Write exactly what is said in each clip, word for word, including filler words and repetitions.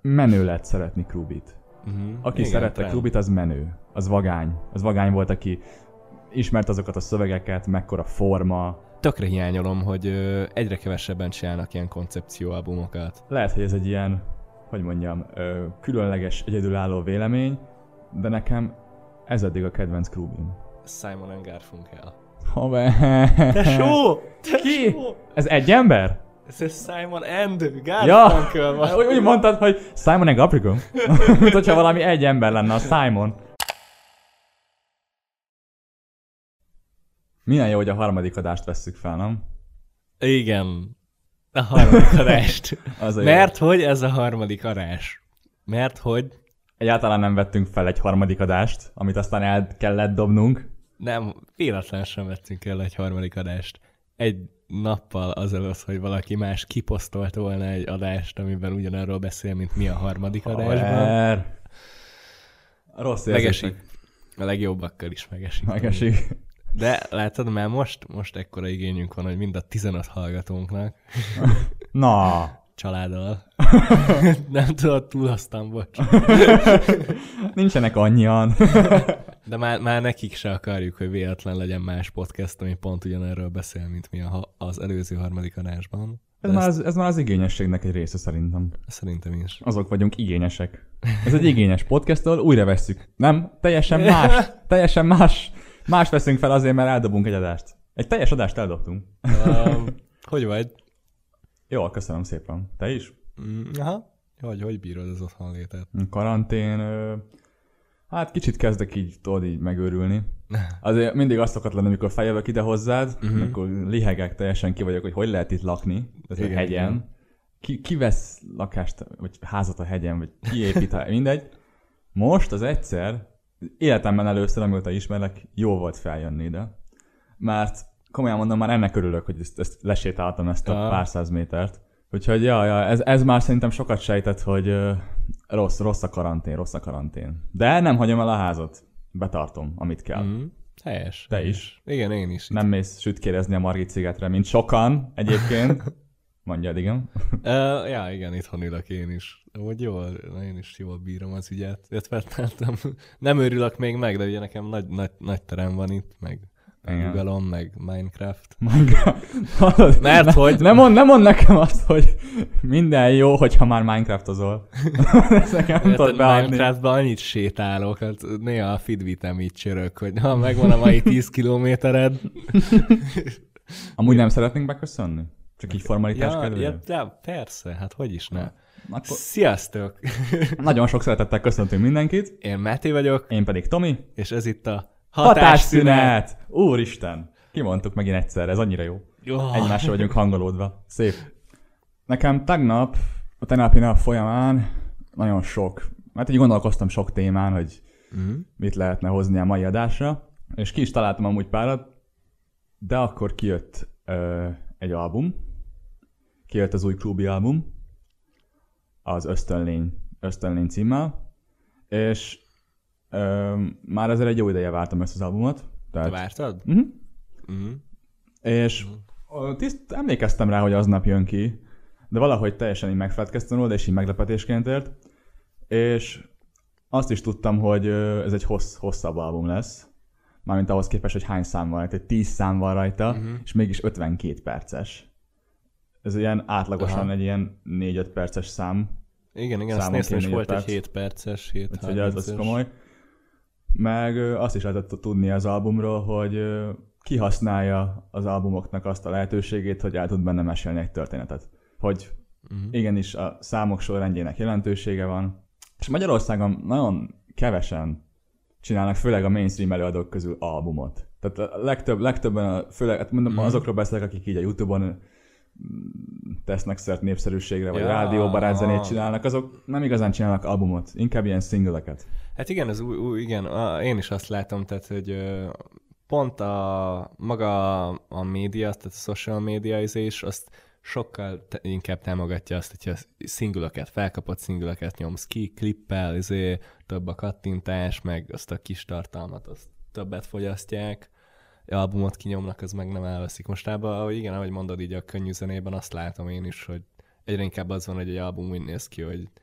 menő lehet szeretni Krúbit. Uh-huh. Aki igen, szerette trend. Krúbit, az menő. Az vagány. Az vagány volt, aki ismert azokat a szövegeket, mekkora forma. Tökre hiányolom, hogy ö, egyre kevesebben csinálnak ilyen koncepcióalbumokat. Lehet, hogy ez egy ilyen, hogy mondjam, ö, különleges, egyedülálló vélemény, de nekem ez eddig a kedvenc Krúbim. Simon and Garfunkel. Haver! Tesó! Ki? Ez egy ember? Ez Simon and Garfunkel. Ja, úgy, úgy mondtad, hogy Simon and Garfunkel? Mint hogyha valami egy ember lenne a Simon. Milyen jó, hogy a harmadik adást vesszük fel, nem? Igen. A harmadik adást. Mert jó. Hogy ez a harmadik adás? Mert hogy... Egyáltalán nem vettünk fel egy harmadik adást, amit aztán el kellett dobnunk. Nem, véletlen sem vettünk el egy harmadik adást. Egy nappal azelőtt, hogy valaki más kiposztolt volna egy adást, amiben ugyanarról beszél, mint mi a harmadik adásban. Rossz megesik. A legjobbakkal is megesik. Megesik. De látod, már most, most ekkora igényünk van, hogy mind a tizenöt hallgatónknak. Na. Családdal. Nem tudod, túloztam, bocs. Nincsenek annyian. De már, már nekik se akarjuk, hogy véletlen legyen más podcast, ami pont ugyanerről beszél, mint mi a, az előző harmadik adásban. Ez már, az, ez már az igényességnek egy része szerintem. Szerintem is. Azok vagyunk igényesek. Ez egy igényes podcast, ahol újra vesszük. Nem? Teljesen más. Teljesen más. Más veszünk fel azért, mert eldobunk egy adást. Egy teljes adást eldobtunk. Um, hogy vagy? Jól, köszönöm szépen. Te is? Mm, aha. Hogy, hogy bírod az otthon létet? Karantén... Ö... Hát kicsit kezdek így, tudod, így megőrülni. Azért mindig azt szokott lenni, amikor feljövök ide hozzád, uh-huh. amikor lihegek, teljesen ki vagyok, hogy hogy lehet itt lakni, tehát a hegyen. Ki, ki vesz lakást, vagy házat a hegyen, vagy ki épít, mindegy. Most az egyszer, életemben először, amióta ismerlek, jó volt feljönni ide. Mert komolyan mondom, már ennek örülök, hogy ezt, ezt lesétáltam ezt a ja. pár száz métert. Úgyhogy ja, ja, ez, ez már szerintem sokat sejtett, hogy uh, rossz, rossz a karantén, rossz a karantén. De nem hagyom el a házat. Betartom, amit kell. Mm, helyes. Te helyes. is. Igen, én is. Nem mész sütkérezni a Margit szigetre, mint sokan egyébként. Mondjad, igen. uh, ja, igen, itthon ülök én is. Úgy jól, én is jól bírom az ügyet. Nem, nem őrülök még meg, de ugye nekem nagy, nagy, nagy terem van itt, meg Google-on, meg Minecraft. Minecraft. Mert ne, hogy... Nem mond, nem mond nekem azt, hogy minden jó, hogyha már Minecraftozol. Ezt nekem nem tudod beadni. Minecraftban annyit sétálok, hát néha a Fitbitem így csörök, hogy ha megvan a mai tíz kilométered. Amúgy nem szeretnénk beköszönni? Csak így formalitás ja, kedvéért? Ja, ja, persze, hát hogy is ne. Akkor... Sziasztok! Nagyon sok szeretettel köszöntünk mindenkit. Én Máté vagyok. Én pedig Tomi. És ez itt a Hatásszünet! Hatásszünet! Úristen! Kimondtuk megint egyszer, ez annyira jó. Oh. Egymásra vagyunk hangolódva. Szép. Nekem tegnap, a tegnapi nap folyamán nagyon sok, mert így gondolkoztam sok témán, hogy mm. mit lehetne hozni a mai adásra, és ki is találtam amúgy párat, de akkor kijött ö, egy album, kijött az új Krúbi album, az Ösztönlény, Ösztönlény címmel, és ö, már ezzel egy jó ideje vártam ezt az albumot. Tehát... Te vártad? Uh-huh. Uh-huh. És uh-huh. tiszt, emlékeztem rá, hogy aznap jön ki, de valahogy teljesen így megfeledkeztem róla, de és így meglepetésként ért. És azt is tudtam, hogy ez egy hossz, hosszabb album lesz. Mármint ahhoz képest, hogy hány szám van rajta, hogy tíz szám van rajta, uh-huh. és mégis ötvenkét perces. Ez ilyen átlagosan Aha. egy ilyen négy-öt perces szám. Igen, igen, azt néztem, és volt perc. Egy hét perces, hét Úgyhogy az, az komoly. Meg azt is lehetett tudni az albumról, hogy kihasználja az albumoknak azt a lehetőségét, hogy el tud benne mesélni egy történetet. Hogy uh-huh. igenis a számok sorrendjének jelentősége van. És Magyarországon nagyon kevesen csinálnak, főleg a mainstream előadók közül albumot. Tehát a legtöbb, legtöbben, főleg hát mondom, uh-huh. azokról beszélek, akik így a YouTube-on tesznek szert népszerűségre, vagy ja. rádióbarát zenét csinálnak, azok nem igazán csinálnak albumot, inkább ilyen singleket. Hát igen, az új, új, igen, a, én is azt látom, tehát, hogy ö, pont a maga a média, tehát a social media is, azt sokkal te, inkább támogatja azt, hogyha szingülöket, felkapott szingülöket nyomsz ki, klippel, izé, több a kattintás, meg azt a kis tartalmat, azt többet fogyasztják, albumot kinyomnak, az meg nem elveszik. Mostában, ahogy igen, ahogy mondod így a könnyű zenében, azt látom én is, hogy egyre inkább az van, hogy egy album úgy néz ki, hogy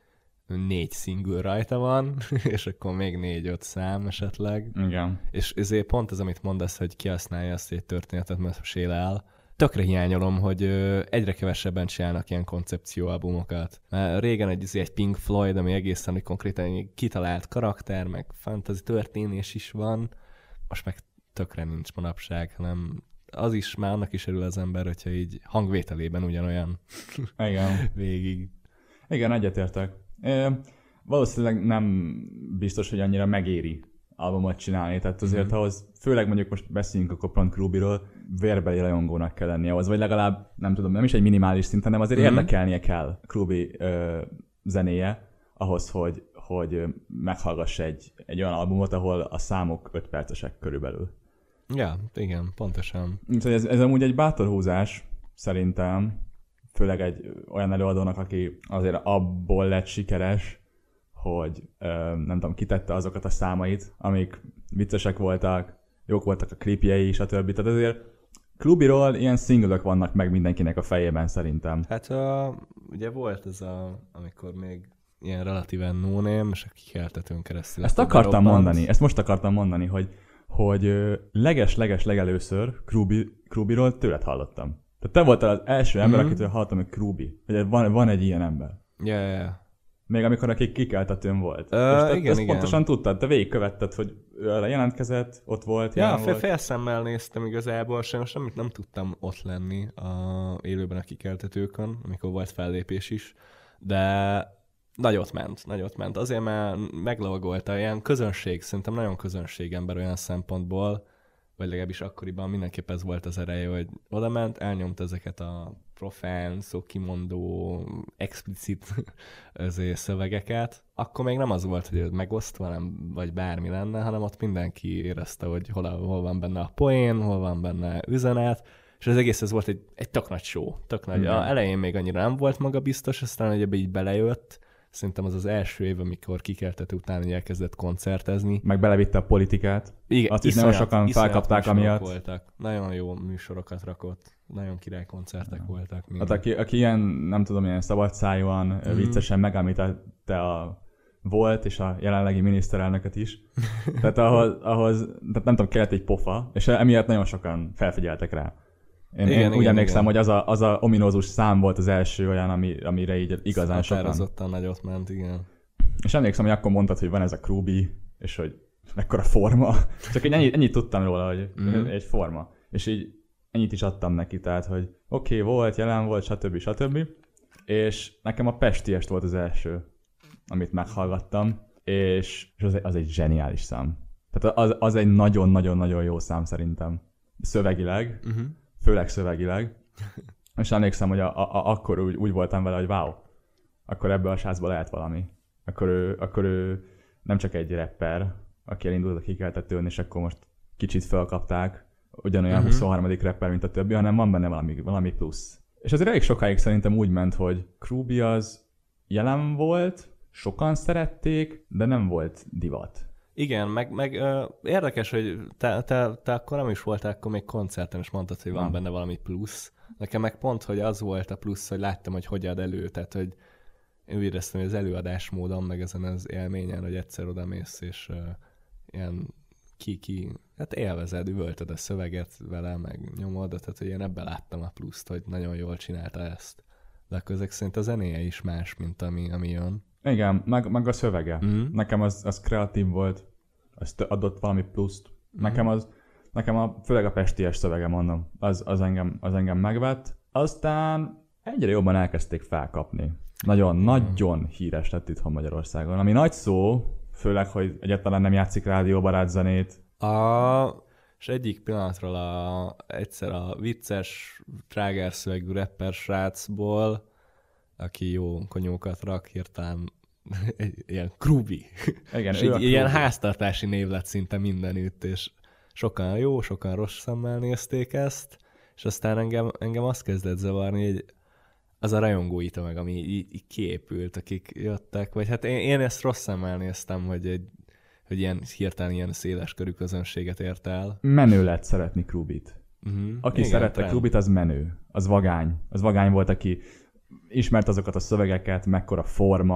négy single rajta van, és akkor még négy-öt szám esetleg. Igen. És ezért pont az, amit mondasz, hogy kihasználja azt egy történetet, mert sél el. Tökre hiányolom, hogy egyre kevesebben csinálnak ilyen koncepcióalbumokat. Már régen egy, egy Pink Floyd, ami egészen konkrétan egy kitalált karakter, meg fantasy történés is van, most meg tökre nincs manapság, hanem az is, már annak is örül az ember, hogyha így hangvételében ugyanolyan Igen. végig. Igen, egyetértek. É, valószínűleg nem biztos, hogy annyira megéri albumot csinálni, tehát azért mm-hmm. ahhoz, főleg mondjuk most beszéljünk akkor pont Krubiról, vérbeli rajongónak kell lennie ahhoz, vagy legalább, nem tudom, nem is egy minimális szinten, hanem azért mm-hmm. érdekelnie kell Krubi ö, zenéje ahhoz, hogy, hogy meghallgass egy, egy olyan albumot, ahol a számok öt percesek körülbelül. Ja, igen, pontosan. Úgyhogy ez, ez amúgy egy bátor húzás, szerintem, főleg egy olyan előadónak, aki azért abból lett sikeres, hogy ö, nem tudom, kitette azokat a számait, amik viccesek voltak, jók voltak a klipjei, stb. Tehát azért Krubiról ilyen singlök vannak meg mindenkinek a fejében szerintem. Hát a, ugye volt ez a, amikor még ilyen relatíven no-name, és a kikeltetőn keresztül. Ezt akartam mondani, ezt most akartam mondani, hogy, hogy leges-leges legelőször Krubi, Krubiról tőled hallottam. Tehát te voltál az első ember, mm-hmm. akitől hallottam, hogy Krubi. Hogy van, van egy ilyen ember. Ja, ja, ja. Még amikor akik kikeltetőn volt. Uh, és te, igen, ezt igen. pontosan tudtad, te végigkövetted, hogy ő jelentkezett, ott volt, ja, jelen fél, volt. félszemmel néztem igazából, sajnos nem, nem tudtam ott lenni a, élőben a kikeltetőkön, amikor volt fellépés is, de nagyot ment, nagyot ment. Azért, mert meglovagolta ilyen közönség, szerintem nagyon közönségember olyan szempontból, vagy legalábbis akkoriban mindenképp ez volt az ereje, hogy oda ment, elnyomta ezeket a profán, szó kimondó, explicit szövegeket, akkor még nem az volt, hogy megosztva, nem, vagy bármi lenne, hanem ott mindenki érezte, hogy hol, hol van benne a poén, hol van benne üzenet, és az egész ez volt egy, egy tök nagy show, tök nagy. A elején még annyira nem volt magabiztos, aztán hogy ebbe így belejött. Szerintem az az első év, amikor kikeltető után elkezdett koncertezni. Meg belevitte a politikát. Igen, azt is nagyon sokan felkapták amiatt. Voltak. Nagyon jó műsorokat rakott. Nagyon király koncertek ja. voltak. Hát aki, aki ilyen, nem tudom, ilyen szabadszájúan, mm. viccesen megemlítette a volt és a jelenlegi miniszterelnököt is. Tehát ahhoz, ahhoz tehát nem tudom, kellett egy pofa, és emiatt nagyon sokan felfigyeltek rá. Én, igen, én igen, úgy emlékszem, igen. hogy az a, az a ominózus szám volt az első olyan, ami, amire így igazán sokan... Határozottan nagyot ment, igen. És emlékszem, hogy akkor mondtad, hogy van ez a Krubi, és hogy mekkora forma. Csak ennyit, ennyit tudtam róla, hogy mm. egy forma. És így ennyit is adtam neki, tehát, hogy oké, okay, volt, jelen volt, stb. stb. És nekem a Pestiest volt az első, amit meghallgattam, és, és az, az egy zseniális szám. Tehát az, az egy nagyon-nagyon-nagyon jó szám szerintem. Szövegileg. Uh-huh. Főleg szövegileg. És emlékszem, hogy a, a, a, akkor úgy, úgy voltam vele, hogy wow, akkor ebből a srácból lehet valami. Akkor ő, akkor ő nem csak egy rapper, aki elindult a kikeltetőn, és akkor most kicsit felkapták, ugyanolyan uh-huh. huszonharmadik rapper, mint a többi, hanem van benne valami, valami plusz. És azért elég sokáig szerintem úgy ment, hogy Krubi az jelen volt, sokan szerették, de nem volt divat. Igen, meg, meg ö, érdekes, hogy te, te, te akkor nem is voltál, akkor még koncerten is mondtad, hogy van nem. benne valami plusz. Nekem meg pont, hogy az volt a plusz, hogy láttam, hogy hogy ad elő, tehát hogy én úgy éreztem, hogy az előadásmódon, meg ezen az élményen, hogy egyszer odamész, és ö, ilyen ki-ki, hát élvezed, üvöltöd a szöveget vele, meg nyomod, tehát hogy én ebben láttam a pluszt, hogy nagyon jól csinálta ezt. De akkor ezek szerint a zenéje is más, mint ami, ami jön. Igen, meg, meg a szövege. Mm. Nekem az, az kreatív volt, azt adott valami pluszt. Mm. Nekem az, nekem a, főleg a pesties szövege, mondom, az, az, engem, az engem megvett. Aztán egyre jobban elkezdték felkapni. Nagyon, mm. nagyon híres lett itthon Magyarországon, ami nagy szó, főleg, hogy egyáltalán nem játszik rádióbarát zenét. A... És egyik pillanatról a, egyszer a vicces, trágárszövegű rapper srácból, aki jó konyókat rak, hirtelen egy ilyen Krubi. Igen, és egy ilyen háztartási név lett szinte mindenütt, és sokan jó, sokan rossz szemmel nézték ezt, és aztán engem, engem azt kezdett zavarni, hogy az a rajongói tömeg, ami így, így kiépült, akik jöttek, vagy hát én, én ezt rossz szemmel néztem, hogy, egy, hogy ilyen hirtelen ilyen széles körű közönséget ért el. Menő lett szeretni Krubit. Uh-huh. Aki igen, szerette trend. Krubit, az menő, az vagány. Az vagány volt, aki ismert azokat a szövegeket, mekkora forma,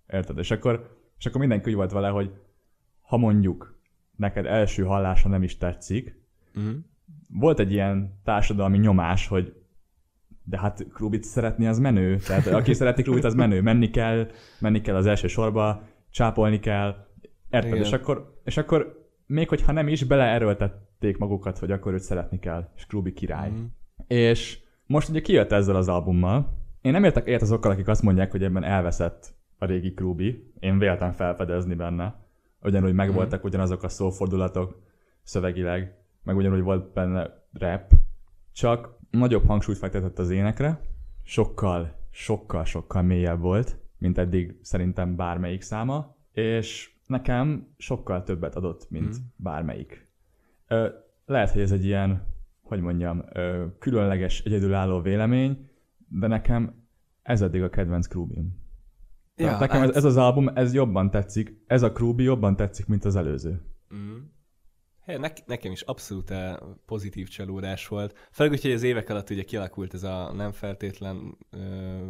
Érted? És akkor, és akkor mindenki úgy volt vele, hogy ha mondjuk neked első hallásra nem is tetszik, uh-huh. volt egy ilyen társadalmi nyomás, hogy de hát Krúbit szeretni az menő. Tehát aki szereti Krúbit, az menő. Menni kell, menni kell az első sorba, csápolni kell. Érted? És akkor, és akkor még hogyha nem is, beleerőltették magukat, hogy akkor őt szeretni kell. És Krúbi király. Mm. És most ugye kijött ezzel az albummal. Én nem értek egyet azokkal, akik azt mondják, hogy ebben elveszett a régi Krúbi. Én véltem felfedezni benne. Ugyanúgy megvoltak mm. ugyanazok a szófordulatok szövegileg, meg ugyanúgy volt benne rap. Csak nagyobb hangsúlyt fektetett az énekre, sokkal, sokkal, sokkal mélyebb volt, mint eddig szerintem bármelyik száma, és nekem sokkal többet adott, mint mm. bármelyik. Ö, lehet, hogy ez egy ilyen, hogy mondjam, ö, különleges, egyedülálló vélemény, de nekem ez eddig a kedvenc Krúbim. Ja, nekem hát... ez, ez az album, ez jobban tetszik, ez a Krúbi jobban tetszik, mint az előző. Mm. Hey, ne, nekem is abszolút pozitív csalódás volt. Főleg úgy, hogy az évek alatt ugye kialakult ez a nem feltétlen ö,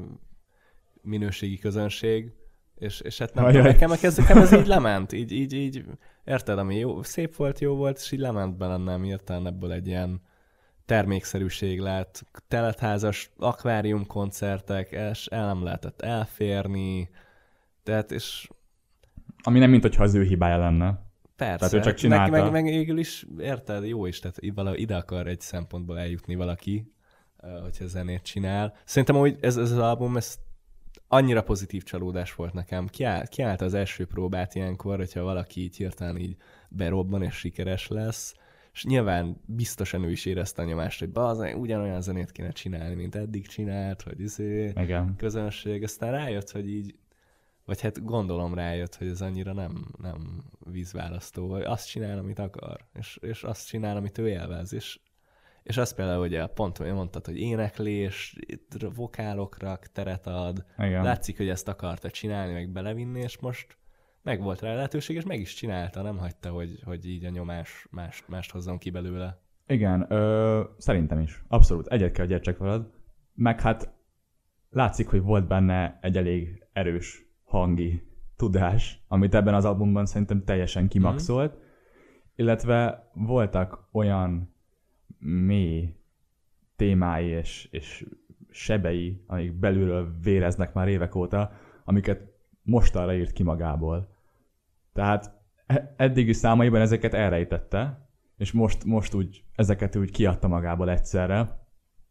minőségi közönség, és, és hát nem tudom, nekem, nekem ez így lement, így, így, így érted, ami jó, szép volt, jó volt, és így lement bennem hirtelen ebből egy ilyen termékszerűség lett, teletházas akvárium koncertek, és el nem lehetett elférni, tehát és... Ami nem mint hogyha az ő hibája lenne. Persze, tehát ő csak csinálta. Meg, meg, meg végül is, érted, jó is, tehát ide akar egy szempontból eljutni valaki, hogyha zenét csinál. Szerintem, hogy ez, ez az album, ez annyira pozitív csalódás volt nekem. Kiáll, kiállta az első próbát ilyenkor, hogyha valaki így hirtelen így berobban és sikeres lesz, és nyilván biztosan ő is érezte a nyomást, hogy bazen, ugyanolyan zenét kéne csinálni, mint eddig csinált, hogy izé, közönség. Aztán rájött, hogy így, vagy hát gondolom rájött, hogy ez annyira nem, nem vízválasztó, hogy azt csinál, amit akar, és, és azt csinál, amit ő élvez, és, és azt például, hogy pont, hogy mondtad, hogy éneklés, vokálokra teret ad, igen. Látszik, hogy ezt akarta csinálni, meg belevinni, és most meg volt rá lehetőség, és meg is csinálta, nem hagyta, hogy, hogy így a nyomás mást, mást hozzon ki belőle. Igen, ö, szerintem is. Abszolút. Egyet kell, hogy értsek veled. Meg hát látszik, hogy volt benne egy elég erős hangi tudás, amit ebben az albumban szerintem teljesen kimaxolt, mm-hmm. illetve voltak olyan mély témái és, és sebei, amik belülről véreznek már évek óta, amiket mostanra írt ki magából. Tehát eddigi számaiban ezeket elrejtette, és most, most úgy ezeket úgy kiadta magából egyszerre,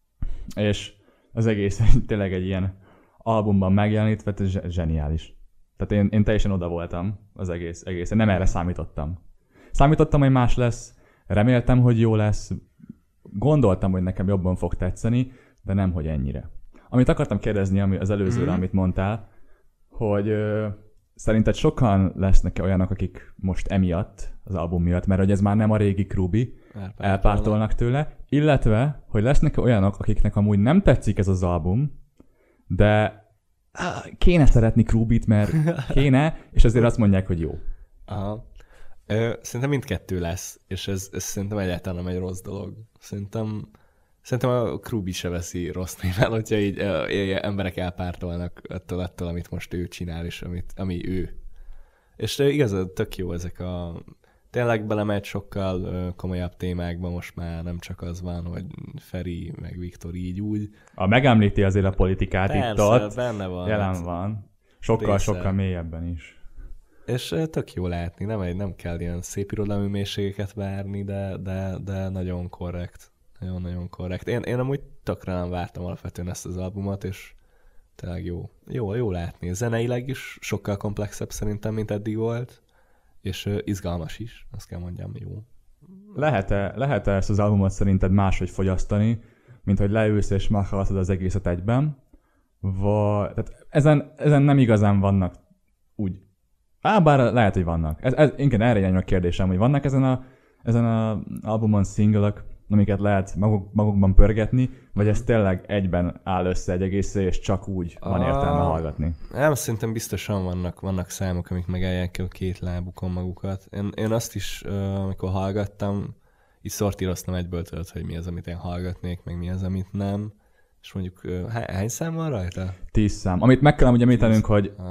és az egész tényleg egy ilyen albumban megjelenítve, ez zseniális. Tehát én, én teljesen oda voltam az egész, egész. Én nem erre számítottam. Számítottam, hogy más lesz, reméltem, hogy jó lesz, gondoltam, hogy nekem jobban fog tetszeni, de nem, hogy ennyire. Amit akartam kérdezni ami az előzőre, mm-hmm. amit mondtál, hogy ö, szerinted sokan lesznek olyanok, akik most emiatt, az album miatt, mert hogy ez már nem a régi Krúbi, elpártolnak tőle, illetve, hogy lesznek olyanok, akiknek amúgy nem tetszik ez az album, de kéne szeretni Krúbit, mert kéne, és azért azt mondják, hogy jó. Aha. Ö, szerintem mindkettő lesz, és ez, ez szerintem egyáltalán nem egy rossz dolog. Szerintem, szerintem a Krúbi se veszi rossz néven, hogyha így ö, ö, emberek elpártolnak attól, attól, amit most ő csinál, és amit, ami ő. És igazán tök jó ezek a... Tényleg belemegy sokkal ö, komolyabb témákba, most már nem csak az van, hogy Feri meg Viktor így úgy. A megemlíti azért a politikát persze, itt ott. Benne van. Jelen van. Sokkal-sokkal mélyebben is. És tök jó látni, nem, nem kell ilyen szép irodalmi mélységeket várni, de, de, de nagyon korrekt. Nagyon-nagyon korrekt. Én, én amúgy tökre nem vártam alapvetően ezt az albumot, és tényleg jó. Jó, jó látni. Zeneileg is sokkal komplexebb szerintem, mint eddig volt, és uh, izgalmas is, azt kell mondjam, jó. Lehet-e, lehet-e ezt az albumot szerinted máshogy fogyasztani, mint hogy leülsz és meghallgatod az egészet egyben? Vagy... Tehát ezen, ezen nem igazán vannak úgy. Á, bár lehet, hogy vannak. Ez, ez, inkább erre irányul a kérdésem, hogy vannak ezen a, ezen a albumon single-ök, amiket lehet maguk, magukban pörgetni, vagy ez tényleg egyben áll össze egy egészre, és csak úgy van értelme hallgatni? Nem, szerintem biztosan vannak, vannak számok, amik megállják a két lábukon magukat. Én, én azt is, amikor hallgattam, így szortíroztam egyből tőled, hogy mi az, amit én hallgatnék, meg mi az, amit nem. És mondjuk hány szám van rajta? Tíz szám. Amit meg kell ugye említenünk, hogy Aha.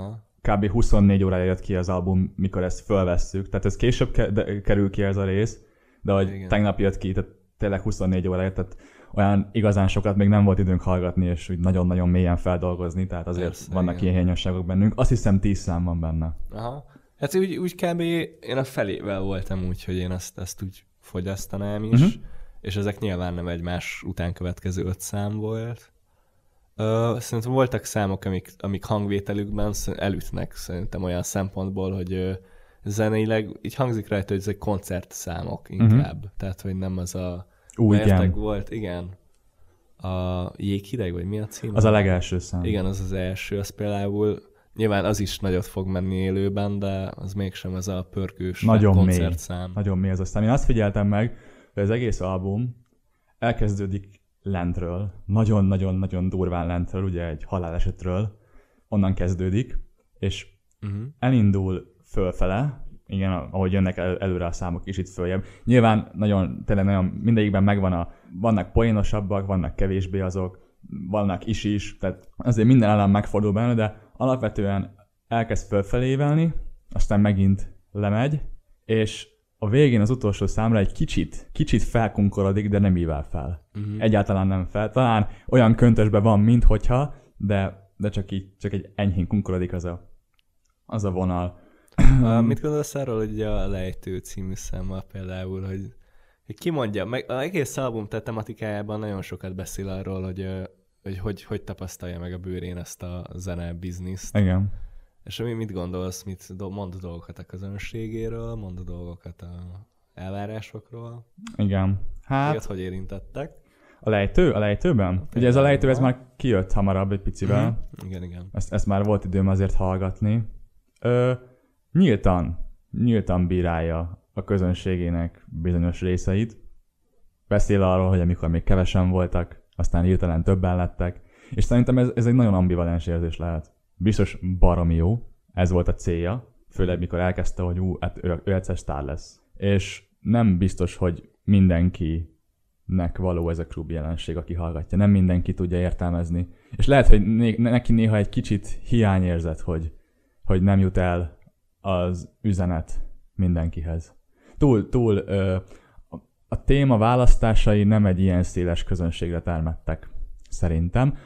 kb. huszonnégy órája jött ki az album, mikor ezt fölvesszük. Tehát ez később ke- de- kerül ki ez a rész, de hogy igen. Tegnap jött ki, tehát tényleg huszonnégy órája, tehát olyan igazán sokat még nem volt időnk hallgatni, és úgy nagyon-nagyon mélyen feldolgozni, tehát azért Persze, vannak igen. ilyen hiányosságok bennünk. Azt hiszem tíz szám van benne. Aha. Hát úgy, úgy kb. Én a felével voltam úgy, hogy én ezt, ezt úgy fogyasztanám is, uh-huh. és ezek nyilván nem egymás után következő öt szám volt. Uh, szerintem voltak számok, amik, amik hangvételükben elütnek szerintem olyan szempontból, hogy uh, zeneileg így hangzik rajta, hogy ezek koncertszámok inkább. Uh-huh. Tehát, hogy nem az a... Ú, igen. Volt, igen. A Jéghideg, vagy mi a cím? Az a legelső szám. Igen, az az első, az például nyilván az is nagyot fog menni élőben, de az mégsem ez a pörgős koncertszám. Mély. Nagyon mély ez a szám. Én azt figyeltem meg, hogy az egész album elkezdődik lentről, nagyon-nagyon-nagyon durván lentről, ugye egy halálesetről, onnan kezdődik, és uh-huh. elindul fölfele, igen, ahogy jönnek el, előre a számok is itt följebb. Nyilván nagyon, tényleg nagyon mindegyikben megvan a, vannak poénosabbak, vannak kevésbé azok, vannak is is, tehát azért minden ellen megfordul benne, de alapvetően elkezd fölfelévelni, aztán megint lemegy, és a végén az utolsó számra egy kicsit, kicsit felkunkorodik, de nem ível fel. Uh-huh. Egyáltalán nem fel. Talán olyan köntösben van, minthogyha, de, de csak így, csak egy enyhén kunkorodik az a, az a vonal. Uh, mit gondolsz arról, hogy a Lejtő című számmal például, hogy, hogy ki mondja, meg az egész album tematikájában nagyon sokat beszél arról, hogy hogy, hogy hogy tapasztalja meg a bőrén ezt a zene bizniszt. Igen. És mit gondolsz, mit mond dolgokat a közönségéről, mond dolgokat a elvárásokról? Igen. Hát... Ilyet, hogy érintettek? A Lejtő? A Lejtőben? A Ugye ez a Lejtő, ez már kijött hamarabb egy picivel. Mm-hmm. Igen, igen. Ezt, ezt már volt időm azért hallgatni. Ö, nyíltan, nyíltan bírálja a közönségének bizonyos részeit. Beszél arról, hogy amikor még kevesen voltak, aztán hirtelen többen lettek. És szerintem ez, ez egy nagyon ambivalens érzés lehet. Biztos baromi jó, ez volt a célja, főleg mikor elkezdte, hogy ú, hát ő, ő egyszer sztár lesz. És nem biztos, hogy mindenkinek való ez a klub jelenség, aki hallgatja. Nem mindenki tudja értelmezni. És lehet, hogy né- neki néha egy kicsit hiányérzet, hogy, hogy nem jut el az üzenet mindenkihez. Túl, túl ö, a téma választásai nem egy ilyen széles közönségre termettek, szerintem.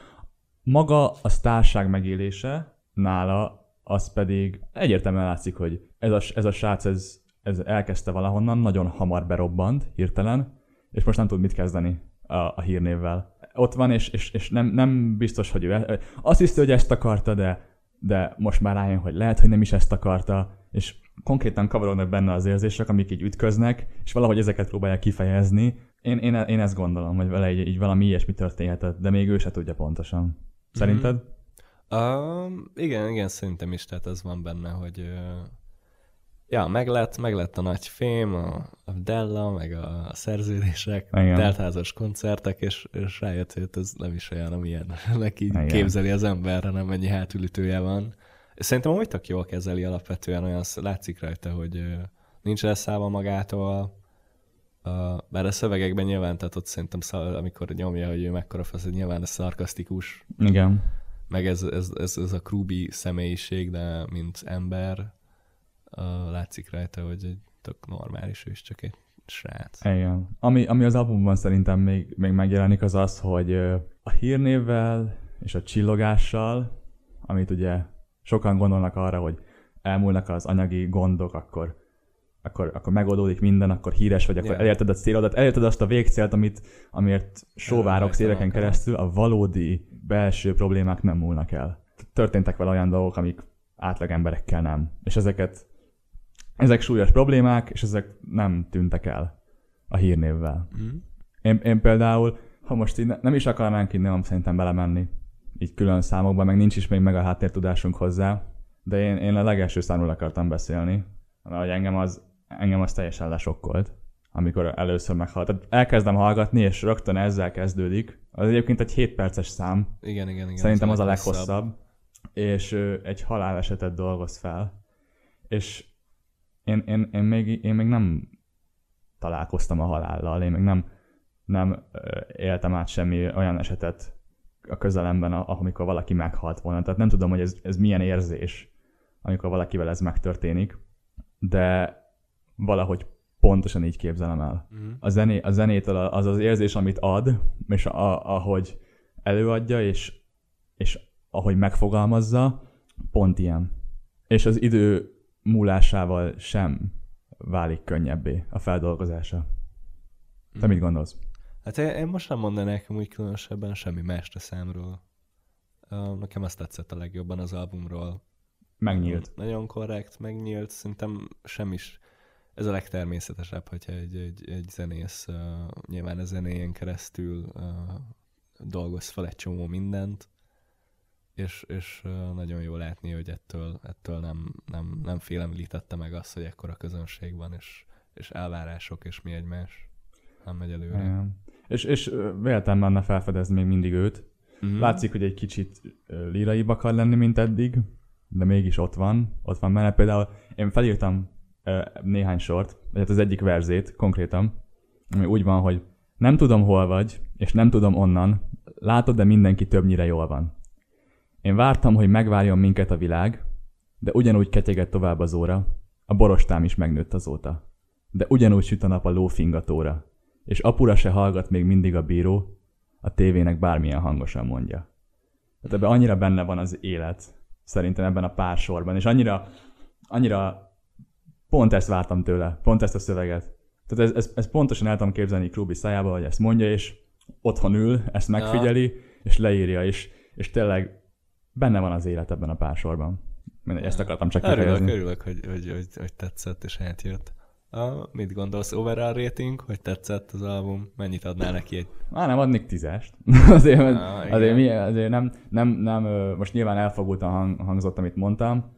Maga a sztárság megélése nála, az pedig egyértelműen látszik, hogy ez a, ez a srác ez, ez elkezdte valahonnan, nagyon hamar berobbant, hirtelen, és most nem tud mit kezdeni a, a hírnévvel. Ott van, és, és, és nem, nem biztos, hogy ő... Azt hiszti, hogy ezt akarta, de, de most már rájön, hogy lehet, hogy nem is ezt akarta, és konkrétan kavarodnak benne az érzések, amik így ütköznek, és valahogy ezeket próbálják kifejezni. Én, én, én ezt gondolom, hogy vele így, így valami ilyesmi történhetett, de még ő se tudja pontosan. Szerinted? Mm-hmm. Uh, igen, igen, szerintem is, tehát az van benne, hogy uh, ja, meg lett, meg lett a nagy fém, a, a Della, meg a, a szerződések, a teltházas koncertek, és, és rájött, hogy ez nem is olyan, amilyen neki igen. képzeli az ember, hanem mennyi hátülütője van. Szerintem úgy tök jól kezeli alapvetően, olyan látszik rajta, hogy uh, nincs elszállva magától, uh, bár a szövegekben nyilván, tehát ott szerintem szal, amikor nyomja, hogy ő mekkora fasz, hogy nyilván ez szarkasztikus. Igen. Meg ez, ez, ez, ez a Krúbi személyiség, de mint ember uh, látszik rajta, hogy egy tök normális, ő is csak egy srác. Igen. Ami, ami az albumban szerintem még, még megjelenik, az az, hogy uh, a hírnévvel és a csillogással, amit ugye sokan gondolnak arra, hogy elmúlnak az anyagi gondok, akkor, akkor, akkor megoldódik minden, akkor híres vagy, akkor yeah. elérted a célodat, elérted azt a végcélt, amit, amiért sóvárogsz éveken keresztül, a valódi belső problémák nem múlnak el. Történtek vele olyan dolgok, amik átlag emberekkel nem. És ezeket, ezek súlyos problémák, és ezek nem tűntek el a hírnévvel. Mm. Én, én például, ha most így ne, nem is akarnánk így nem szerintem belemenni, így külön számokban, meg nincs is még meg a háttértudásunk hozzá, de én, én a legelső számról akartam beszélni, mert engem az, engem az teljesen lesokkolt, amikor először meghallgattam. Elkezdem hallgatni, és rögtön ezzel kezdődik. Az egyébként egy hét perces szám. Igen, igen, igen. Szerintem az a leghosszabb. És ő egy halálesetet dolgoz fel. És én, én, én, még, én még nem találkoztam a halállal, én még nem, nem éltem át semmi olyan esetet a közelemben, amikor valaki meghalt volna. Tehát nem tudom, hogy ez, ez milyen érzés, amikor valakivel ez megtörténik, de valahogy pontosan így képzelem el. Uh-huh. A, zené, a zenétől az az érzés, amit ad, és a, ahogy előadja, és, és ahogy megfogalmazza, pont ilyen. És az idő múlásával sem válik könnyebbé a feldolgozása. Te uh-huh. mit gondolsz? Hát én, én most nem mondanák úgy különösebben semmi mást a számról. Uh, nekem azt tetszett a legjobban az albumról. Megnyílt. Nagyon korrekt, megnyílt. Szerintem semmi is. Ez a legtermészetesebb, hogyha egy, egy, egy zenész uh, nyilván a zenéjén keresztül uh, dolgoz fel egy csomó mindent, és, és uh, nagyon jó látni, hogy ettől, ettől nem, nem, nem félemlítette meg azt, hogy ekkora közönség van, és, és elvárások, és mi egymás. Nem megy előre. Igen. És, és véletlenül menne felfedezni még mindig őt. Mm-hmm. Látszik, hogy egy kicsit líraibb akar lenni, mint eddig, de mégis ott van. Ott van benne. Például én felírtam uh, néhány sort, vagy hát az egyik verzét konkrétan, ami úgy van, hogy nem tudom, hol vagy, és nem tudom onnan, látod, de mindenki többnyire jól van. Én vártam, hogy megvárjon minket a világ, de ugyanúgy ketyegett tovább az óra, a borostám is megnőtt azóta. De ugyanúgy süt a nap a lófingatóra, és apura se hallgat még mindig a bíró, a tévének bármilyen hangosan mondja. Tehát ebben annyira benne van az élet, szerintem ebben a pár sorban, és annyira, annyira pont ezt vártam tőle, pont ezt a szöveget. Tehát ez, ez, ez pontosan el tudom képzelni Krúbi szájába, hogy ezt mondja, és otthon ül, ezt megfigyeli, ja. és leírja, és, és tényleg benne van az élet ebben a pár sorban. Ezt akartam csak kifejezni. Örülök, hogy, hogy, hogy, hogy tetszett, és átjött. Uh, mit gondolsz, overall rating, hogy tetszett az album? Mennyit adnál neki egy... Már nem adnék tízest. azért, ah, azért, mi, azért nem, nem, nem, most nyilván elfogultan hang, hangzott, amit mondtam.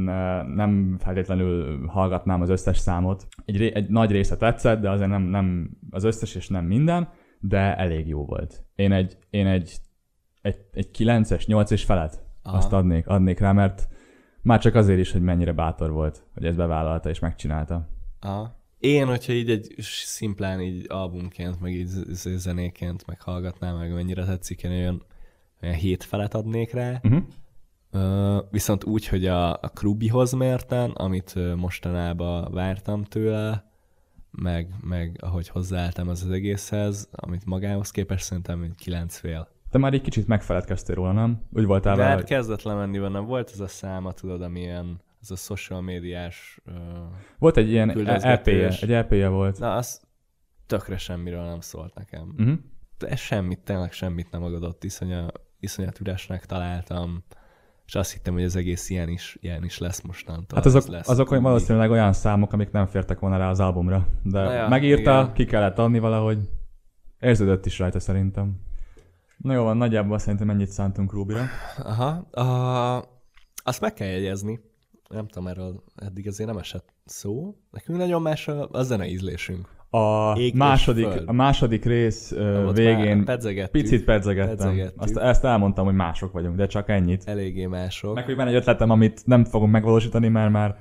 Nem feltétlenül hallgatnám az összes számot. Egy, egy nagy része tetszett, de azért nem, nem az összes és nem minden, de elég jó volt. Én egy, én egy, egy, egy kilences, nyolc és felett Aha. azt adnék, adnék rá, mert már csak azért is, hogy mennyire bátor volt, hogy ezt bevállalta és megcsinálta. Aha. Én, hogyha így egy szimplán így albumként, meg így zenéként meghallgatnám, meg mennyire tetszik, én olyan, olyan hét felet adnék rá. Uh-huh. Uh, viszont úgy, hogy a, a Krúbihoz mérten, amit uh, mostanában vártam tőle, meg, meg ahogy hozzáálltam az, az egészhez, amit magához képest szerintem egy kilenc fél. Te már egy kicsit megfeledkeztél róla, nem? Úgy voltál vele, hogy... hát kezdett lemenni bennem. Volt ez a száma, tudod, amilyen ez a social médiás uh, volt egy ilyen é pé-je, egy é pé-je volt. Na, az tökre semmiről nem szólt nekem. Uh-huh. De semmit, tényleg semmit nem agadott, iszonya, iszonyat üresnek találtam, és azt hittem, hogy az egész ilyen is, ilyen is lesz mostantól. Hát azok, lesz azok hogy valószínűleg olyan számok, amik nem fértek volna rá az albumra. De ja, megírta, igen. Ki kellett adni valahogy. Érződött is rajta szerintem. Na jó van, nagyjából szerintem mennyit szántunk Krúbira. Aha. Uh, azt meg kell jegyezni. Nem tudom, erről eddig azért nem esett szó. Nekünk nagyon más a, a zene ízlésünk. A második, a második rész uh, végén picit pedzegettem. Azt, ezt elmondtam, hogy mások vagyunk, de csak ennyit. Eléggé mások. Meg hogy van egy ötletem, amit nem fogunk megvalósítani, mert már,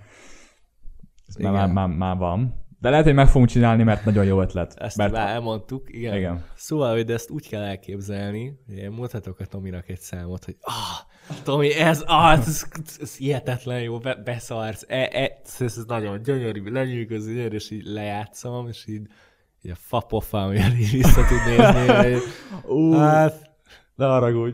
már, már, már, már van. De lehet, hogy meg fogunk csinálni, mert nagyon jó ötlet. Ezt mert... már elmondtuk, igen. igen. Szóval, hogy ezt úgy kell elképzelni, hogy én mutatok a Tominak egy számot, hogy ah, Tomi, ez, ah, ez, ez, ez hihetetlen jó, be, beszarsz, e, e, ez, ez nagyon gyönyörű, lenyűgöző, gyönyörű, és így lejátszom, és így, így a fapofám, hogy így vissza tud nézni. Hogy, uh, hát, ne haragudj.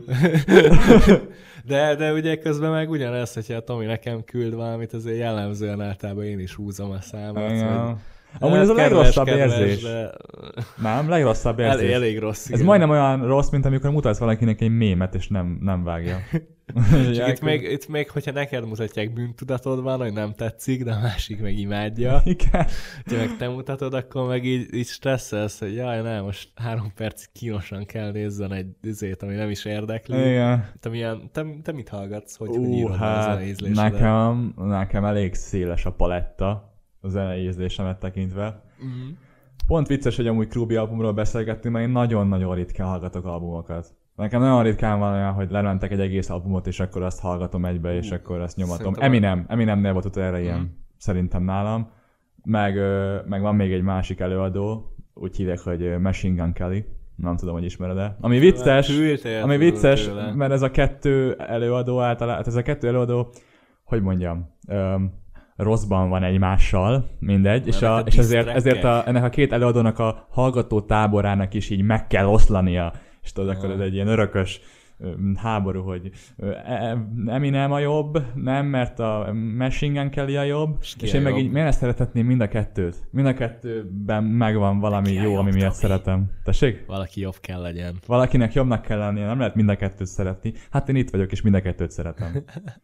De, de ugye közben meg ugyanez, hogyha a Tomi nekem küld valamit, azért jellemzően általában én is húzom a számot. Vagy... Amúgy ez a legrosszabb kedves, érzés. De... Nem, legrosszabb érzés. Elég, elég rossz. Ez igen. Majdnem olyan rossz, mint amikor mutatsz valakinek egy mémet, és nem, nem vágja. Csak itt még, itt még, hogyha neked mutatják, bűntudatod van, hogy nem tetszik, de a másik meg imádja. Igen. Ha meg te mutatod, akkor meg így, így stresszelsz, hogy jaj, nem, most három percig kínosan kell nézzen egy izét, ami nem is érdekli. Igen. Te, milyen, te, te mit hallgatsz? Hogy, uh, hogy írod hát, a ízlésedet? Nekem, nekem elég széles a paletta a zenei ízlésemet tekintve. Uh-huh. Pont vicces, hogy amúgy Krúbi albumról beszélgettünk, mert én nagyon-nagyon ritkán hallgatok albumokat. Nekem nagyon ritkán van olyan, hogy lementek egy egész albumot, és akkor azt hallgatom egybe, és uh, akkor azt nyomatom. Szerintem Eminem, Eminemnél volt utoljára ilyen, uh-huh. szerintem nálam. Meg, meg van még egy másik előadó, úgy hívják, hogy Machine Gun Kelly. Nem tudom, hogy ismered-e. Ami vicces, ami vicces, mert ez a kettő előadó általában, hát ez a kettő előadó hogy mondjam, öm, rosszban van egymással, mindegy, és, a, és ezért, ezért a, ennek a két előadónak a hallgató táborának is így meg kell oszlania, és tudod, akkor ez egy ilyen örökös háború, hogy Eminem a jobb, nem, mert a Machine Gun Kelly a jobb, és, és én meg így miért szeretetném mind a kettőt? Mind a kettőben megvan valami jó, ami miatt szeretem. Tessék? Valaki jobb kell legyen. Valakinek jobbnak kell lennie, nem lehet mind a kettőt szeretni. Hát én itt vagyok, és mind a kettőt szeretem.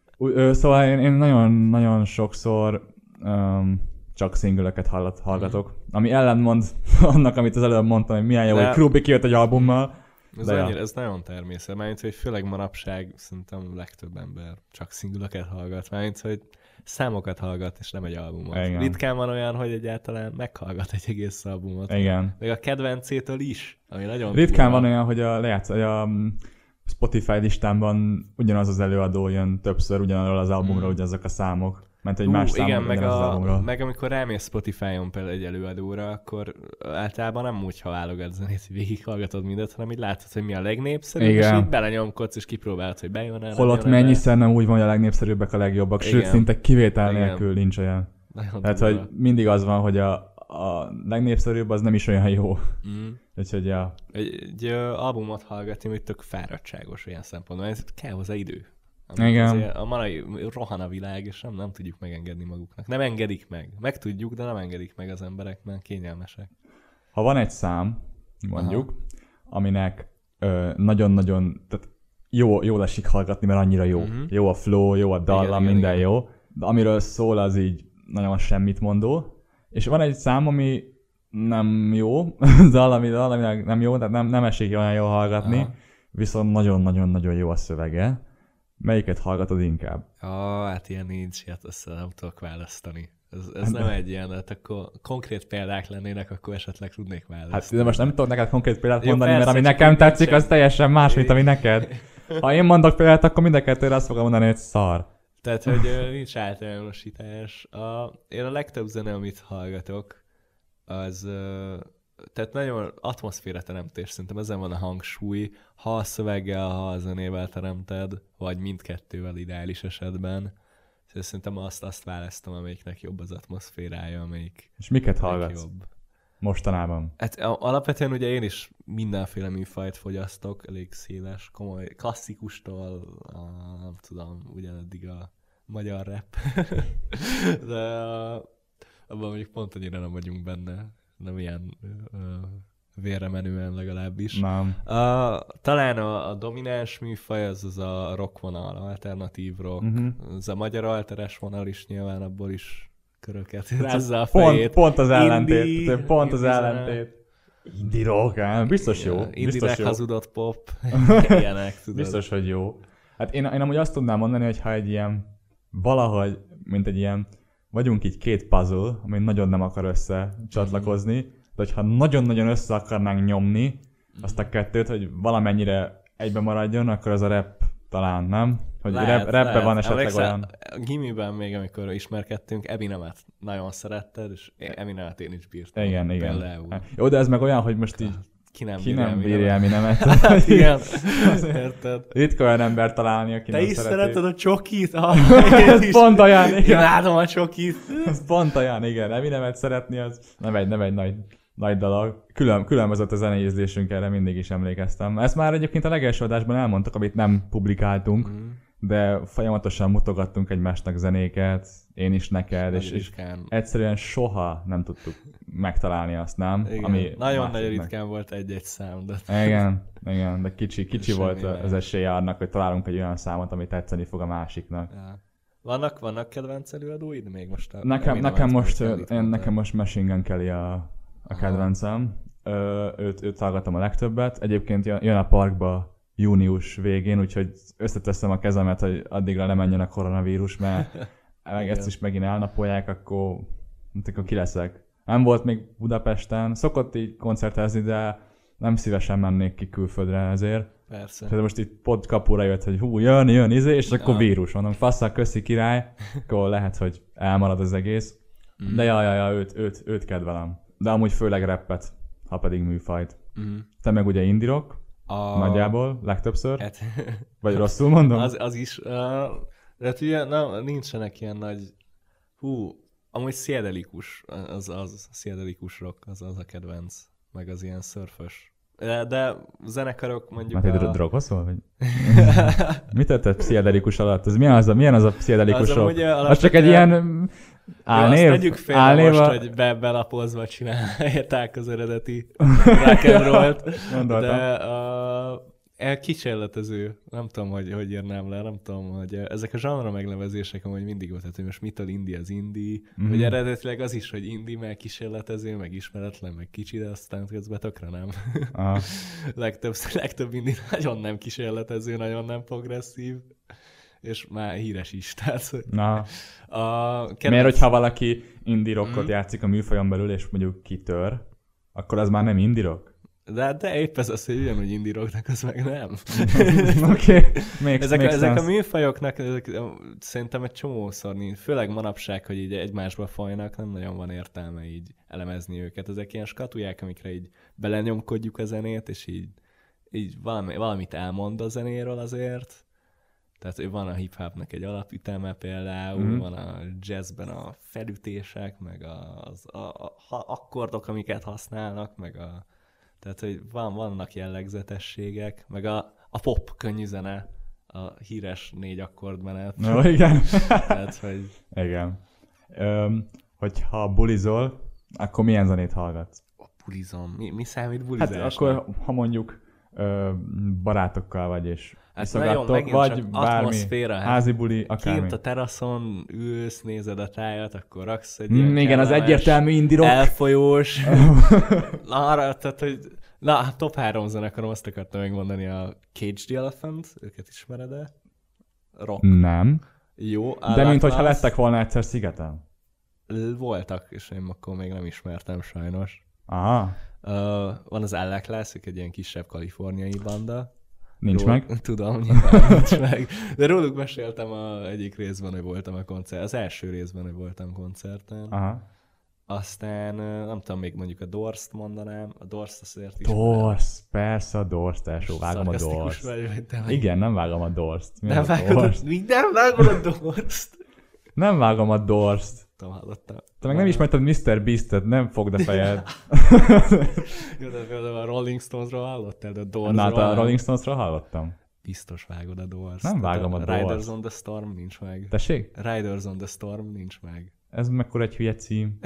Szóval én, én nagyon, nagyon sokszor um, csak single-öket hallgatok, mm. ami ellenmond annak, amit az előbb mondtam, hogy milyen jó, De... hogy Krúbi kijött egy albummal. Ez, annyira, ez nagyon természet, mármint, hogy főleg manapság szerintem legtöbb ember csak single-öket hallgat, mármint, hogy számokat hallgat, és nem egy albumot. Igen. Ritkán van olyan, hogy egyáltalán meghallgat egy egész albumot. Igen. Meg a kedvencétől is, ami nagyon Ritkán van olyan, hogy a, lejátsz, hogy a Spotify listámban ugyanaz az előadó jön többször ugyanarról az albumról, mm. ugyanazok a számok. Mert egy Ú, más igen, számok meg, a, meg amikor rámész Spotify-on például egy előadóra, akkor általában nem úgy, ha válogat zenét, hogy végighallgatod mindet, hanem így látod, hogy mi a legnépszerűbb, igen. és így belenyomkodsz, és kipróbálod, hogy bejön el. Holott mennyiszer nem úgy van, hogy a legnépszerűbbek a legjobbak, igen. sőt, szinte kivétel igen. nélkül nincs olyan. Nagyon Tehát, durva. Hogy mindig az van, hogy a, a legnépszerűbb az nem is olyan jó. Mm. Úgyhogy, ja. Egy, egy albumot hallgatni, hogy tök fáradtságos olyan szempontból, ez kell hozzá idő. Igen. A manai rohan a világ, és nem, nem tudjuk megengedni maguknak. Nem engedik meg. Meg tudjuk, de nem engedik meg az emberek, mert kényelmesek. Ha van egy szám, mondjuk, Aha. aminek ö, nagyon-nagyon tehát jó, jó esik hallgatni, mert annyira jó. Uh-huh. Jó a flow, jó a dallam, igen, minden igen, jó. De amiről szól, az így nagyon semmit mondó. És van egy szám, ami nem jó, dallami, dallamilag nem jó, tehát nem, nem esik olyan jól hallgatni, Aha. viszont nagyon-nagyon-nagyon jó a szövege. Melyiket hallgatod inkább? Ah, hát ilyen nincs, hát azt nem tudok választani. Ez, ez nem egy ilyen, hát akkor konkrét példák lennének, akkor esetleg tudnék választani. Hát de most nem tudok neked konkrét példát mondani, Jó, persze, mert ami nekem tetszik, az teljesen más, mint ami neked. Ha én mondok példát, akkor mind a kettőre azt fogom mondani, hogy szar. Tehát, hogy nincs általánosítás. A, én a legtöbb zene, amit hallgatok, az... Tehát nagyon atmoszféra teremtés, szerintem ezen van a hangsúly, ha a szöveggel, ha a zenével teremted, vagy mindkettővel ideális esetben. Szerintem azt, azt választom, amelyiknek jobb az atmoszférája, amelyik És miket hallgatsz jobb. Mostanában? Hát alapvetően ugye én is mindenféle műfajt fogyasztok, elég széles, komoly, klasszikustól, a, nem tudom, ugyaneddig a magyar rap. De abban mondjuk pont annyira nem vagyunk benne. Nem ilyen uh, vérre menően legalábbis. Nem. Uh, talán a, a domináns műfaj az az a rock vonal, alternatív rock. Uh-huh. Ez a magyar alteres vonal is nyilván abból is köröket rázza a fejét. Pont, pont az ellentét. Indie, pont az ellentét. Indie rock, ám. Biztos jó. Indie hazudott pop. Ilyenek, tudod. Biztos, hogy jó. Hát én, én amúgy azt tudnám mondani, hogy ha egy ilyen valahogy, mint egy ilyen vagyunk így két puzzle, ami nagyon nem akar összecsatlakozni, mm-hmm. de hogyha nagyon-nagyon össze akarnánk nyomni mm-hmm. azt a kettőt, hogy valamennyire egybe maradjon, akkor az a rap talán, nem? Hogy lehet, rap, rapbe van esetleg Emlékszel, olyan... Gimiben még, amikor ismerkedtünk, Eminemet nagyon szeretted, és Eminemet én is bírtam. Igen, igen. Például. Jó, de ez meg olyan, hogy most így Ki nem Ki bírja, nem bírja Eminemet. Hát igen, érted. Ritka olyan ember találni, aki Te nem is szereti. szereted a csokit? Ah, ez pont olyan, igen. Imádom a csokit. Ez pont olyan, igen. Eminemet szeretni, az nem egy, nem egy nagy, nagy dolog. Külön, különbözött a zenei ízlésünk, erre mindig is emlékeztem. Ezt már egyébként a legelső adásban elmondtak, amit nem publikáltunk, mm. de folyamatosan mutogattunk egymásnak zenéket, én is neked, és, és egyszerűen soha nem tudtuk megtalálni azt, nem? Igen. Ami nagyon nagy ritkán volt egy-egy szám. De... Igen, igen, de kicsi, kicsi volt az esélye annak, hogy találunk egy olyan számot, ami tetszeni fog a másiknak. Ja. Vannak, vannak kedvenc előadóid még most? A, nekem, nekem, most, én, nekem most Machine Gun Kelly a, a kedvencem. Ö, őt, őt hallgatom a legtöbbet. Egyébként jön a parkba június végén, úgyhogy összeteszem a kezemet, hogy addigra ne menjen a koronavírus, mert meg ezt is megint elnapolják, akkor, akkor ki leszek. Nem volt még Budapesten, szokott így koncertezni, de nem szívesen mennék ki külföldre ezért. Persze. Tehát most itt pont kapura jött, hogy hú, jön, jön, izé, és akkor ja. vírus. Mondom, faszal, köszi király, akkor lehet, hogy elmarad az egész. Mm. De jaj, jaj, jaj, őt, őt, őt kedvelem. De amúgy főleg rappet, ha pedig műfajt. Mm. Te meg ugye indie rock, a... nagyjából, legtöbbször. Hát... Vagy rosszul mondom? Az, az is... Uh... Tehát ugye na, nincsenek ilyen nagy... Hú, amúgy pszichedelikus, az az, pszichedelikus rock, az az a kedvenc, meg az ilyen szörfös. De, de zenekarok mondjuk Mert a... egy drogozol, vagy? Mit tetted pszichedelikus alatt? Ez milyen az a, milyen az a pszichedelikus az, rock? Az csak egy ilyen álnév? Jó, azt tegyük félre álnév most, a... hogy be, belapozva csinálják az eredeti rock and rollt, de a... Kísérletező, nem tudom, hogy hogy írnám le, nem tudom, hogy ezek a zsanra megnevezések amúgy mindig volt, tehát, hogy most mitől indie az indie, mm. vagy eredetileg az is, hogy indie, meg kísérletező, meg ismeretlen, meg kicsi, de aztán közben tökre nem. legtöbb, legtöbb indie nagyon nem kísérletező, nagyon nem progresszív, és már híres is. Tehát, Na. A kedvenc... Miért, hogyha valaki indie rockot mm. játszik a műfajon belül, és mondjuk kitör, akkor az már nem indie rock? De, de épp ez az, hogy ugyanúgy indie rocknak, az meg nem. Oké, okay. ezek, ezek a műfajoknak ezek, szerintem egy csomószor, főleg manapság, hogy így egymásba fajnak, nem nagyon van értelme így elemezni őket. Ezek ilyen skatuják, amikre így belenyomkodjuk a zenét, és így, így valami, valamit elmond a zenéről azért. Tehát van a hip-hopnak egy alapüteme például, mm. van a jazzben a felütések, meg az a, a, a akkordok, amiket használnak, meg a tehát, hogy van, vannak jellegzetességek, meg a, a pop könnyű zene, a híres négy akkordmenet. No, igen. Tehát, hogy... Igen. Öm, hogyha bulizol, akkor milyen zenét hallgatsz? A bulizom. Mi, mi számít bulizásnak? Hát akkor, ha mondjuk ö, barátokkal vagy, és hát iszogattok, vagy bármi, házi buli, akármi. Kint a teraszon ülsz, nézed a tájat, akkor raksz egy mm, igen, az egyértelmű indie rock. Elfolyós. Na, arra, tehát, hogy... Na, top három zenekarom, azt akartam megmondani, a Cage the Elephant, őket ismered-e? Rock. Nem. Jó. De minthogyha lettek volna egyszer szigeten. Voltak, és én akkor még nem ismertem sajnos. Aha. Uh, van az Allaclass, egy ilyen kisebb kaliforniai banda. Nincs Ról... meg? Tudom, nyilván nincs meg. De róluk meséltem a egyik részben, hogy voltam a koncert. Az első részben, hogy voltam koncerten. Aha. Aztán nem tudom, még mondjuk a Dorst mondanám. A Dorst azért is. Dorst, persze a Dorst, első. Vágom a Dorst. Vagy, igen, nem vágom a Dorst. Mi nem, a vágom, Dorst? nem vágom a Dorst. Nem vágom a Dorst. Tudom, hallottam. Te meg nem ismerted miszter Beastet, nem fogd a fejed. Jó, de például a Rolling Stones-ról hallottál, de a Doors-ról. Na, hát a Rolling Stones-ról hallottam. Biztos vágod a Doors. Nem vágom a, a Doors. Riders on the Storm nincs meg. Tessék? Riders on the Storm nincs meg. Ez mekkora egy hülye cím.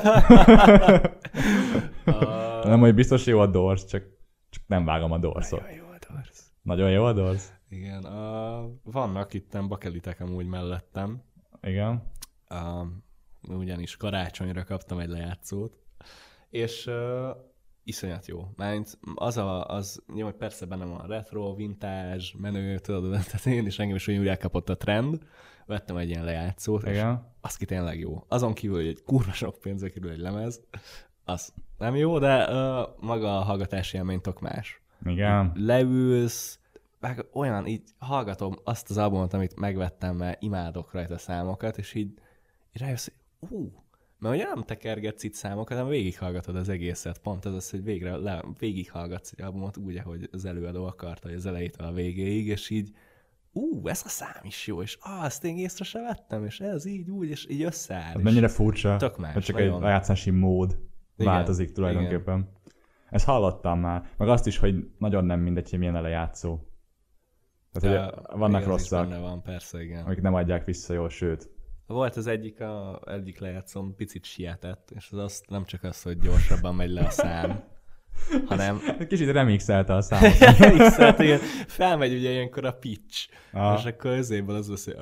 uh... Nem, hogy biztos jó a Doors, csak, csak nem vágom a Doors-ot. Nagyon jó a Doors. Nagyon jó a Doors? Igen. Uh, vannak itten bakelitek amúgy mellettem. Igen. Uh, ugyanis karácsonyra kaptam egy lejátszót, és uh, iszonyat jó. Mármint az, a, az jó, hogy persze bennem a retro, vintage, menő, tudod, tehát én is engem is úgy elkapott a trend, vettem egy ilyen lejátszót, igen. És az ki tényleg jó. Azon kívül, hogy egy kurva sok pénzbe kerül egy lemez, az nem jó, de uh, maga a hallgatási élmény tök más. Igen. Leülsz, meg olyan, így hallgatom azt az albumot, amit megvettem, mert imádok rajta számokat, és így, így rájössz, hogy ú, mert ugye nem tekergetsz itt számokat, hanem végighallgatod az egészet. Pont ez az, hogy végre le, végighallgatsz egy albumot úgy, ahogy az előadó akarta, hogy az elejétől a végéig, és így ú, ez a szám is jó, és ah, azt én észre se vettem, és ez így, úgy, és így összeáll. Hát mennyire furcsa, tök más, hogy csak nagyon. egy lejátszási mód igen, változik tulajdonképpen. Igen. Ezt hallottam már, meg azt is, hogy nagyon nem mindegy, hogy milyen a lejátszó. Tehát, hogy vannak rosszak, van, persze, igen. amik nem adják vissza jól, sőt. Volt az egyik, a, egyik lejátszom picit sietett, és az azt nem csak az, hogy gyorsabban megy le a szám, hanem... Kicsit remixelte a számot. Remixelte, igen. Felmegy ugye ilyenkor a pitch, ah. és akkor özéből az lesz, hogy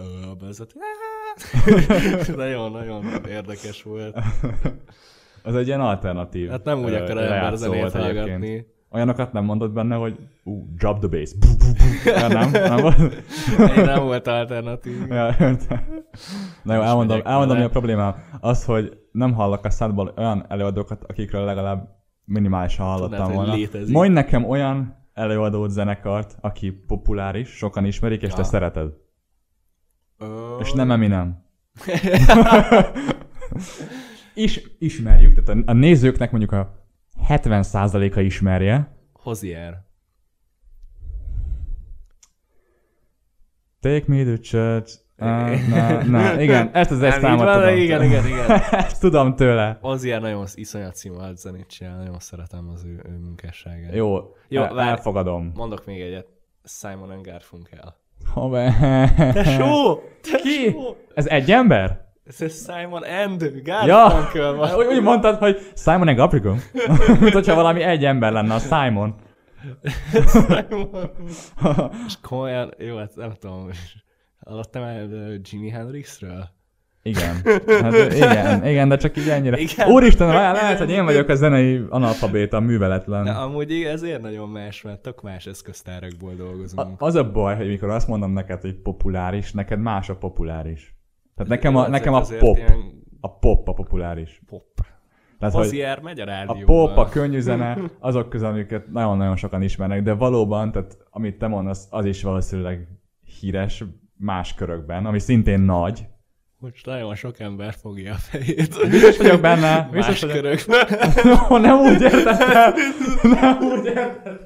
nagyon-nagyon érdekes volt. Az egy ilyen alternatív. Hát nem úgy akar ember zenét hallgatni. Olyanokat nem mondott benne, hogy uh, drop the bass. Ja, nem? Nem volt? Nem volt alternatív. Ja, na jó, elmondom, elmondom mi a problémám. Az, hogy nem hallok a szádból olyan előadókat, akikről legalább minimálisan hallottam Tudnád, volna. Mondj nekem olyan előadót, zenekart, aki populáris, sokan ismerik, és ja. te szereted. Uh... És nem Eminem. Is, ismerjük, tehát a, a nézőknek mondjuk a hetven százaléka ismerje. Hozier. Take me to church. Uh, na, na, igen, ezt az egy számot van, tudom. Igen, igen, igen. Ezt tudom tőle. Azért nagyon iszonyat színvonalas zenét csinál, nagyon szeretem az ő, ő munkásságát. Jó, Jó el, várj, elfogadom. Mondok még egyet. Simon and Garfunkel. Haver. Tesó! Ki? Ez egy ember? Ez Simon and Garfunkel. Ja, úgy, úgy mondtad, hogy Simon and Garfunkel. Mint hogyha valami egy ember lenne, a Simon. Simon. És komolyan, jó, hát nem tudom, hallottam el Jimi Hendrixről? Igen. Hát, igen, igen, de csak így ennyire. Igen. Úristen, lehet, hogy én vagyok a zenei analfabéta, műveletlen. De amúgy ezért nagyon más, mert tök más eszköztárakból dolgozunk. A, az a baj, hogy mikor azt mondom neked, hogy populáris, neked más a populáris. Tehát nekem a, nekem a pop, ilyen... a pop a populáris. Pop. Tehát, Hozier megy a rádióban. A pop, a könnyű zene, azok közül, amiket nagyon-nagyon sokan ismernek, de valóban, tehát amit te mondasz, az is valószínűleg híres más körökben, ami szintén nagy. Most nagyon sok ember fogja a fejét. Biztos vagyok benne. Biztos Más vagyok. körökben. No, nem úgy értettem. Nem úgy értettem.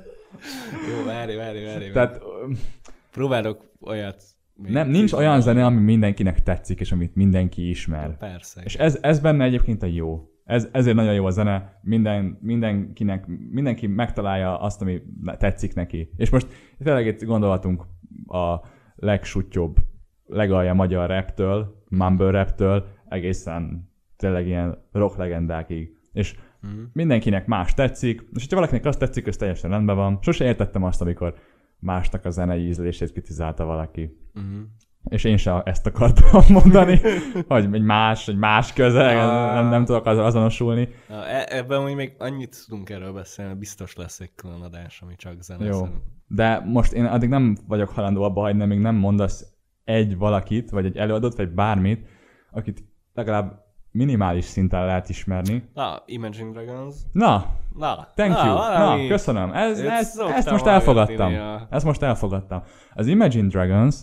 Jó, várj, várj, várj. Tehát, próbálok olyat. Nem, nincs olyan zene, ami mindenkinek tetszik, és amit mindenki ismer. Persze. És ez, ez benne egyébként a jó. Ez, ezért nagyon jó a zene, Minden, mindenkinek, mindenki megtalálja azt, ami tetszik neki. És most tényleg itt gondolhatunk a legsuttyóbb, legalja magyar raptől, mumble raptől, egészen tényleg ilyen rock legendákig. És mm. mindenkinek más tetszik, és ha valakinek azt tetszik, az teljesen rendben van. Sose értettem azt, amikor másnak a zenei ízlését kritizálta valaki. Mm. És én sem ezt akartam mondani, hogy egy más, egy más közeg, nem, nem tudok azzal azonosulni. Ebben úgy még annyit tudunk erről beszélni, biztos lesz egy külön adás, ami csak zene. Jó, de most én addig nem vagyok hajlandó abba hagyni, még nem mondasz egy valakit, vagy egy előadót, vagy bármit, akit legalább minimális szinten lehet ismerni. Na, Imagine Dragons. Na, Na, thank na, you. valami. Na, köszönöm. Ez, ez, ezt most hallgatni, elfogadtam. ja. Ezt most elfogadtam. Az Imagine Dragons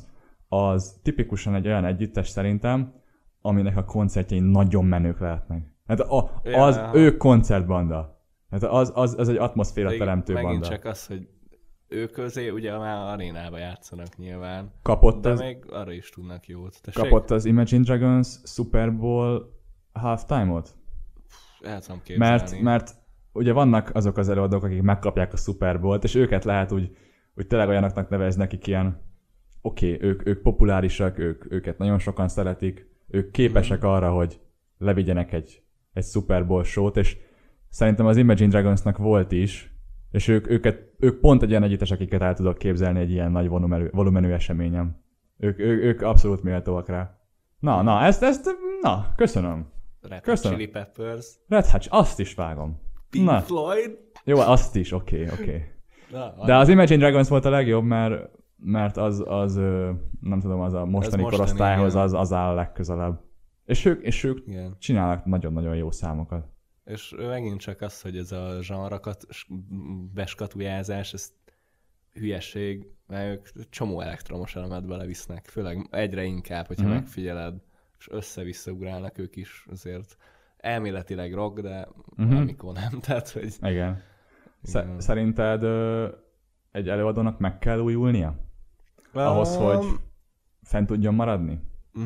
az tipikusan egy olyan együttes szerintem, aminek a koncertjei nagyon menők lehetnek. Hát a, az ja. ők koncertbanda. Hát az, az, az egy atmoszféra teremtő banda. Megint csak az, hogy ők közé ugye már arénába játszanak nyilván. Kapott de az, még arra is tudnak jót. Tessék? Kapott az Imagine Dragons Super Bowl halftime-ot? El tudom képzelni. Mert, mert ugye vannak azok az előadók, akik megkapják a Super Bowl-t, és őket lehet úgy, úgy tényleg olyanoknak nevezni, akik ilyen oké, okay, ők, ők populárisak, ők, őket nagyon sokan szeretik, ők képesek mm. arra, hogy levigyenek egy, egy Super Bowl show-t, és szerintem az Imagine Dragonsnak volt is, és ők, őket, ők pont egy olyan együttes, akiket el tudok képzelni egy ilyen nagy volumenű, volumenű eseményen. Ők, ők, ők abszolút méltóak rá. Na, na, ezt, ezt, na, köszönöm. Red Hot Chili Peppers. Red Hot, azt is vágom. Pink na. Floyd. Jó, azt is, oké, okay, oké. Okay. De az Imagine Dragons volt a legjobb, mert, mert az, az, nem tudom, az a mostani, mostani korosztályhoz az, az áll a legközelebb. És ők, és ők csinálnak nagyon-nagyon jó számokat. És megint csak az, hogy ez a zsanrakat, beskatujázás, ez hülyeség, mert ők csomó elektromos elemet belevisznek, főleg egyre inkább, hogyha mm-hmm. megfigyeled, és össze-vissza ugrálnak ők is, azért elméletileg rock, de mm-hmm. amikor nem, tehát, hogy... Igen. igen. Szerinted ö, egy előadónak meg kell újulnia? Um... Ahhoz, hogy fent tudjon maradni?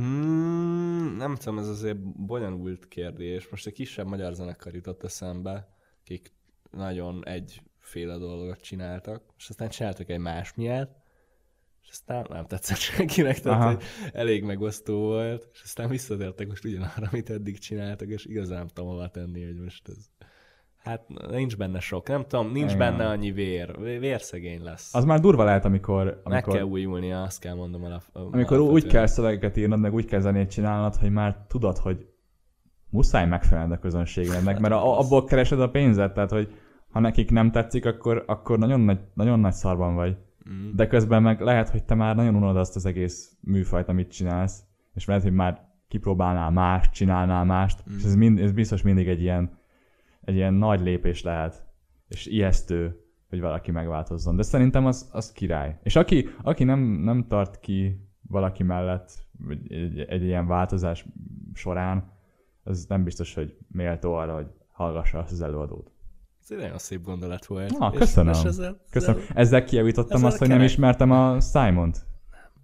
Mm, nem tudom, ez azért bonyolult kérdés. Most egy kisebb magyar zenekar jutott eszembe, akik nagyon egyféle dolgot csináltak, és aztán csináltak egy más miatt, és aztán nem tetszett senkinek, tehát hogy elég megosztó volt, és aztán visszatértek most ugyanarra, amit eddig csináltak, és igazán nem tudom hova tenni, hogy most ez... Hát nincs benne sok, nem tudom, nincs igen. benne annyi vér, vérszegény lesz. Az már durva lehet, amikor... amikor meg kell újulnia, azt kell mondom. A, a, amikor a úgy kell szövegeket írnod, meg úgy kell zenét csinálnod, hogy már tudod, hogy muszáj megfelelned a közönségnek, mert a, abból keresed a pénzet, tehát hogy ha nekik nem tetszik, akkor, akkor nagyon, nagy, nagyon nagy szarban vagy. Mm. De közben meg lehet, hogy te már nagyon unod azt az egész műfajt, amit csinálsz, és lehet, hogy már kipróbálnál mást, csinálnál mást, mm. és ez, mind, ez biztos mindig egy ilyen egy ilyen nagy lépés lehet, és ijesztő, hogy valaki megváltozzon. De szerintem az, az király. És aki, aki nem, nem tart ki valaki mellett egy, egy ilyen változás során, az nem biztos, hogy méltó arra, hogy hallgassa azt az előadót. Ez egy nagyon szép gondolat volt. Na, köszönöm. És ezzel, köszönöm. Ezzel kijavítottam ezzel azt, hogy nem ismertem a Simont.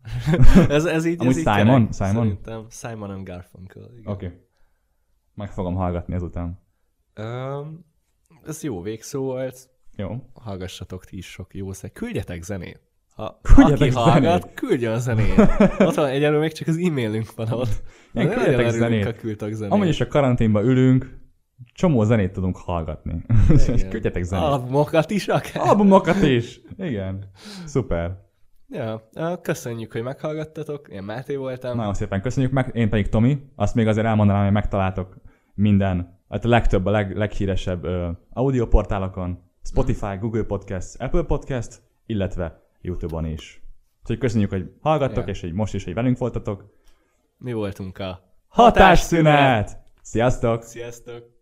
ez, ez így, Amúgy ez Simon? Így Simon? Szerintem Simon and Garfunkel. Oké. Okay. Meg fogom hallgatni ezután. Um, ez jó végszó volt. Jó. Hallgassatok ti is sok jó szeg. Küldjetek zenét. Ha Küldjetek aki zenét. hallgat, küldjön zenét. Ott van, egyelőre még csak az e-mailünk van ott. Igen, küldjetek zenét. zenét. Amúgy is a karanténban ülünk, csomó zenét tudunk hallgatni. Küldjetek zenét. Albumokat is akár. Albumokat is. Igen. Szuper. Ja, köszönjük, hogy meghallgattatok. Én Máté voltam. Nagyon szépen köszönjük meg. Én pedig Tomi. Azt még azért elmondanám, hogy megtaláltok minden, hát a legtöbb, a leg, leghíresebb uh, audioportálokon, Spotify, mm. Google Podcast, Apple Podcast, illetve YouTube-on is. Úgyhogy köszönjük, hogy hallgattok, yeah. és hogy most is, hogy velünk voltatok. Mi voltunk a Hatásszünet! Sziasztok! Sziasztok!